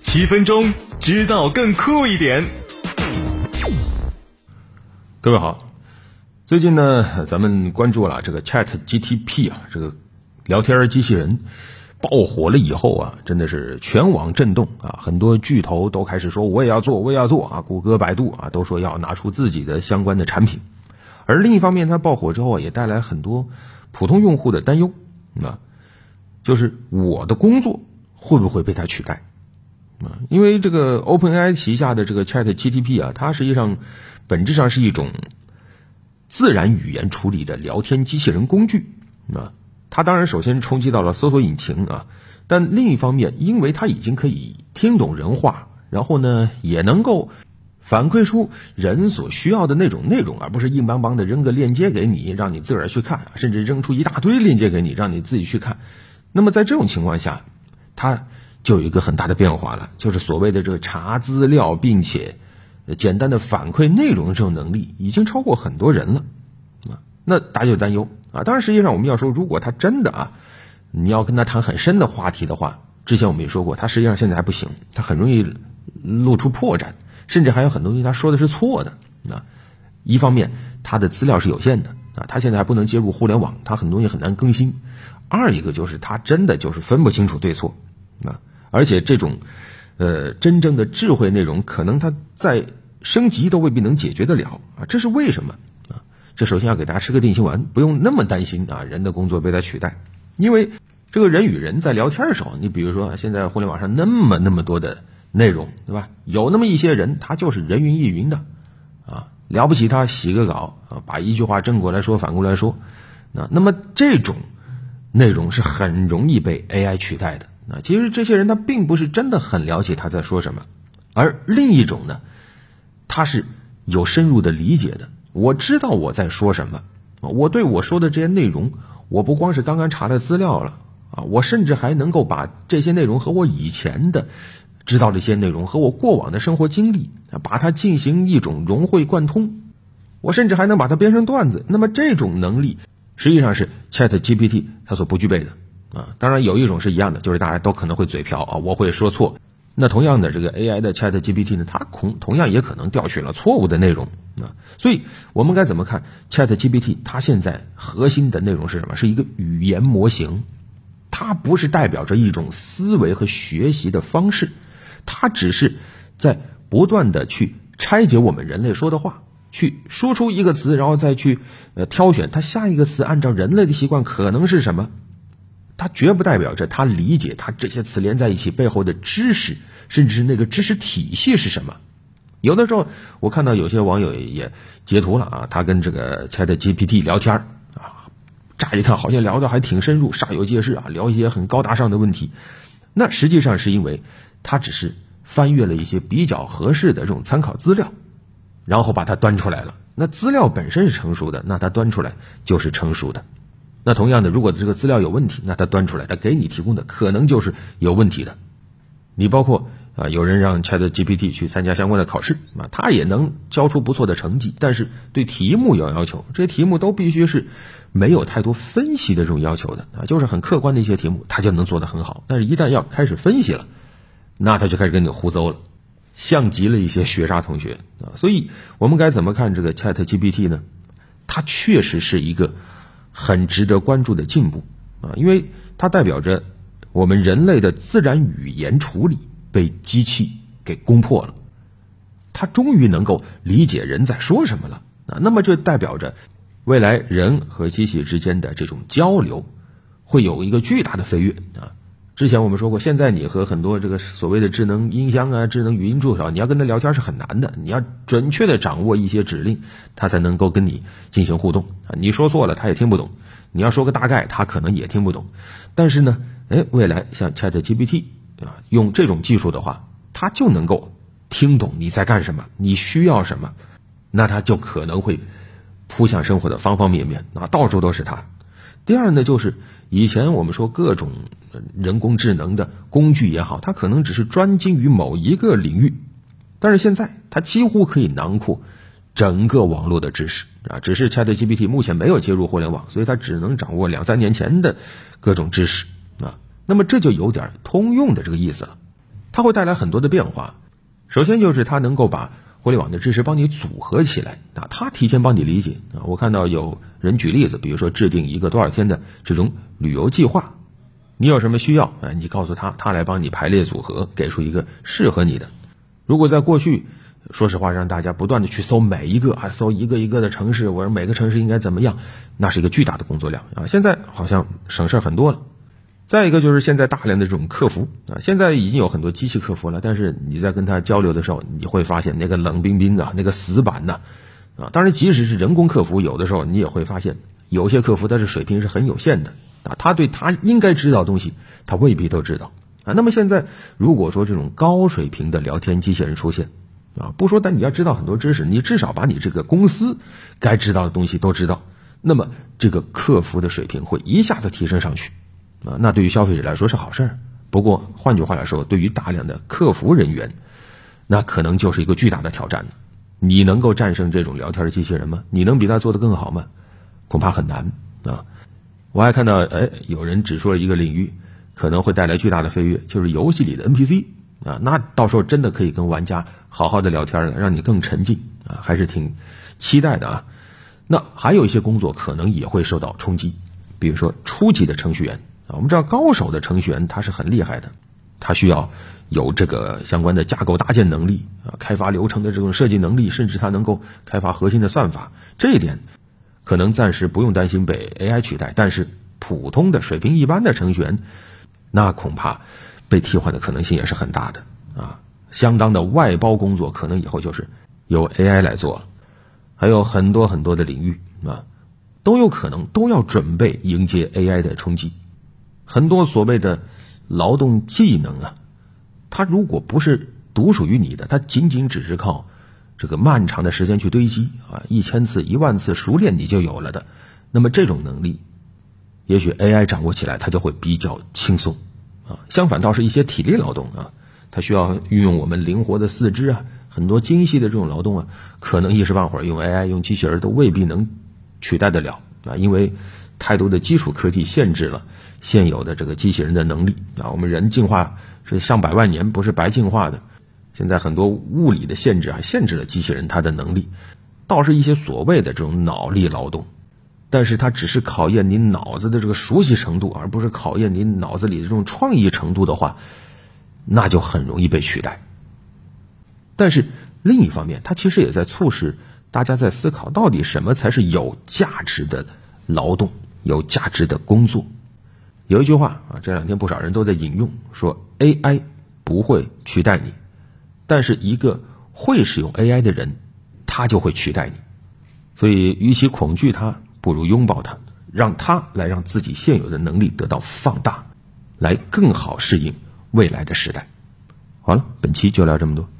7分钟知道更酷一点。 各位好，最近呢，咱们关注了这个 ChatGPT 啊，这个聊天机器人爆火了以后啊，真的是全网震动啊，很多巨头都开始说我也要做啊，谷歌、百度啊都说要拿出自己的相关的产品。而另一方面，它爆火之后也带来很多普通用户的担忧啊，就是我的工作会不会被它取代啊？因为这个 OpenAI 旗下的这个 ChatGPT 啊，它实际上本质上是一种自然语言处理的聊天机器人工具啊。它当然首先冲击到了搜索引擎啊，但另一方面，因为它已经可以听懂人话，然后呢也能够反馈出人所需要的那种内容，而不是硬邦邦的扔个链接给你让你自个儿去看，甚至扔出一大堆链接给你让你自己去看。那么在这种情况下，它就有一个很大的变化了，就是所谓的这个查资料并且简单的反馈内容这种能力已经超过很多人了啊。那大家就担忧啊，当然实际上我们要说，如果他真的啊，你要跟他谈很深的话题的话，之前我们也说过，他实际上现在还不行，他很容易露出破绽，甚至还有很多东西他说的是错的啊。一方面他的资料是有限的啊，他现在还不能接入互联网，他很多东西很难更新。二一个就是他真的就是分不清楚对错啊，而且这种真正的智慧内容可能它在升级都未必能解决得了啊，这是为什么啊？这首先要给大家吃个定心丸，不用那么担心啊，人的工作被它取代。因为这个人与人在聊天的时候，你比如说现在互联网上那么多的内容，对吧？有那么一些人他就是人云亦云的啊，了不起他洗个稿啊，把一句话正过来说反过来说，那么这种内容是很容易被 AI 取代的。其实这些人他并不是真的很了解他在说什么，而另一种呢，他是有深入的理解的。我知道我在说什么，我对我说的这些内容，我不光是刚刚查了资料了啊，我甚至还能够把这些内容和我以前的知道的一些内容和我过往的生活经历把它进行一种融会贯通，我甚至还能把它编成段子。那么这种能力实际上是 ChatGPT 它所不具备的啊。当然有一种是一样的，就是大家都可能会嘴瓢啊，我会说错。那同样的这个 AI 的 ChatGPT 呢，它同样也可能调取了错误的内容啊。所以我们该怎么看 ChatGPT？ 它现在核心的内容是什么？是一个语言模型，它不是代表着一种思维和学习的方式，它只是在不断的去拆解我们人类说的话，去说出一个词，然后再去挑选它下一个词按照人类的习惯可能是什么。它绝不代表着他理解它这些词连在一起背后的知识，甚至是那个知识体系是什么。有的时候我看到有些网友也截图了啊，他跟这个 ChatGPT 聊天啊，乍一看好像聊得还挺深入，煞有介事啊，聊一些很高大上的问题。那实际上是因为他只是翻阅了一些比较合适的这种参考资料，然后把它端出来了。那资料本身是成熟的，那它端出来就是成熟的。那同样的，如果这个资料有问题，那它端出来，它给你提供的可能就是有问题的。你包括有人让 ChatGPT 去参加相关的考试啊，他也能交出不错的成绩，但是对题目有要求，这些题目都必须是没有太多分析的这种要求的啊，就是很客观的一些题目，他就能做得很好。但是一旦要开始分析了，那他就开始跟你胡诌了，像极了一些学渣同学啊。所以我们该怎么看这个 ChatGPT 呢？它确实是一个很值得关注的进步啊，因为它代表着我们人类的自然语言处理被机器给攻破了，它终于能够理解人在说什么了啊。那么这代表着未来人和机器之间的这种交流会有一个巨大的飞跃啊。之前我们说过，现在你和很多这个所谓的智能音箱啊、智能语音助手，你要跟他聊天是很难的，你要准确的掌握一些指令，他才能够跟你进行互动啊。你说错了他也听不懂，你要说个大概他可能也听不懂。但是呢，未来像 ChatGPT 啊，用这种技术的话，他就能够听懂你在干什么，你需要什么，那他就可能会扑向生活的方方面面啊，到处都是他。第二呢，就是以前我们说各种人工智能的工具也好，它可能只是专精于某一个领域，但是现在它几乎可以囊括整个网络的知识啊。只是 ChatGPT 目前没有接入互联网，所以它只能掌握2-3年前的各种知识啊。那么这就有点通用的这个意思了。 它会带来很多的变化。首先就是它能够把互联网的知识帮你组合起来啊，它提前帮你理解啊。我看到有人举例子，比如说制定一个多少天的这种旅游计划，你有什么需要啊，你告诉他，他来帮你排列组合，给出一个适合你的。如果在过去，说实话，让大家不断的去搜每一个啊，搜一个一个的城市，我说每个城市应该怎么样，那是一个巨大的工作量啊。现在好像省事很多了。再一个就是现在大量的这种客服啊，现在已经有很多机器客服了，但是你在跟他交流的时候，你会发现那个冷冰冰的那个死板的啊。当然即使是人工客服，有的时候你也会发现有些客服他是水平是很有限的啊，他对他应该知道的东西他未必都知道啊。那么现在如果说这种高水平的聊天机器人出现啊，不说但你要知道很多知识，你至少把你这个公司该知道的东西都知道，那么这个客服的水平会一下子提升上去啊，那对于消费者来说是好事。不过换句话来说，对于大量的客服人员，那可能就是一个巨大的挑战。你能够战胜这种聊天机器人吗？你能比他做得更好吗？恐怕很难啊。我还看到有人指出了一个领域可能会带来巨大的飞跃，就是游戏里的 NPC 啊，那到时候真的可以跟玩家好好的聊天了，让你更沉浸啊，还是挺期待的啊。那还有一些工作可能也会受到冲击，比如说初级的程序员啊，我们知道高手的程序员他是很厉害的，他需要有这个相关的架构搭建能力啊，开发流程的这种设计能力，甚至他能够开发核心的算法，这一点可能暂时不用担心被 AI 取代，但是普通的水平一般的程序员，那恐怕被替换的可能性也是很大的啊。相当的外包工作可能以后就是由 AI 来做了，还有很多很多的领域啊，都有可能都要准备迎接 AI 的冲击。很多所谓的劳动技能啊，它如果不是独属于你的，它仅仅只是靠这个漫长的时间去堆积啊，1000次10000次熟练你就有了的，那么这种能力也许 AI 掌握起来它就会比较轻松啊。相反倒是一些体力劳动啊，它需要运用我们灵活的四肢啊，很多精细的这种劳动啊，可能一时半会儿用 AI 用机器人都未必能取代得了啊，因为太多的基础科技限制了现有的这个机器人的能力啊。我们人进化是上百万年，不是白进化的。现在很多物理的限制啊，限制了机器人它的能力，倒是一些所谓的这种脑力劳动，但是它只是考验你脑子的这个熟悉程度，而不是考验你脑子里的这种创意程度的话，那就很容易被取代。但是另一方面，它其实也在促使大家在思考，到底什么才是有价值的劳动，有价值的工作。有一句话啊，这两天不少人都在引用，说 AI 不会取代你，但是一个会使用 AI 的人，他就会取代你。所以与其恐惧它，不如拥抱它，让它来让自己现有的能力得到放大，来更好适应未来的时代。好了，本期就聊这么多。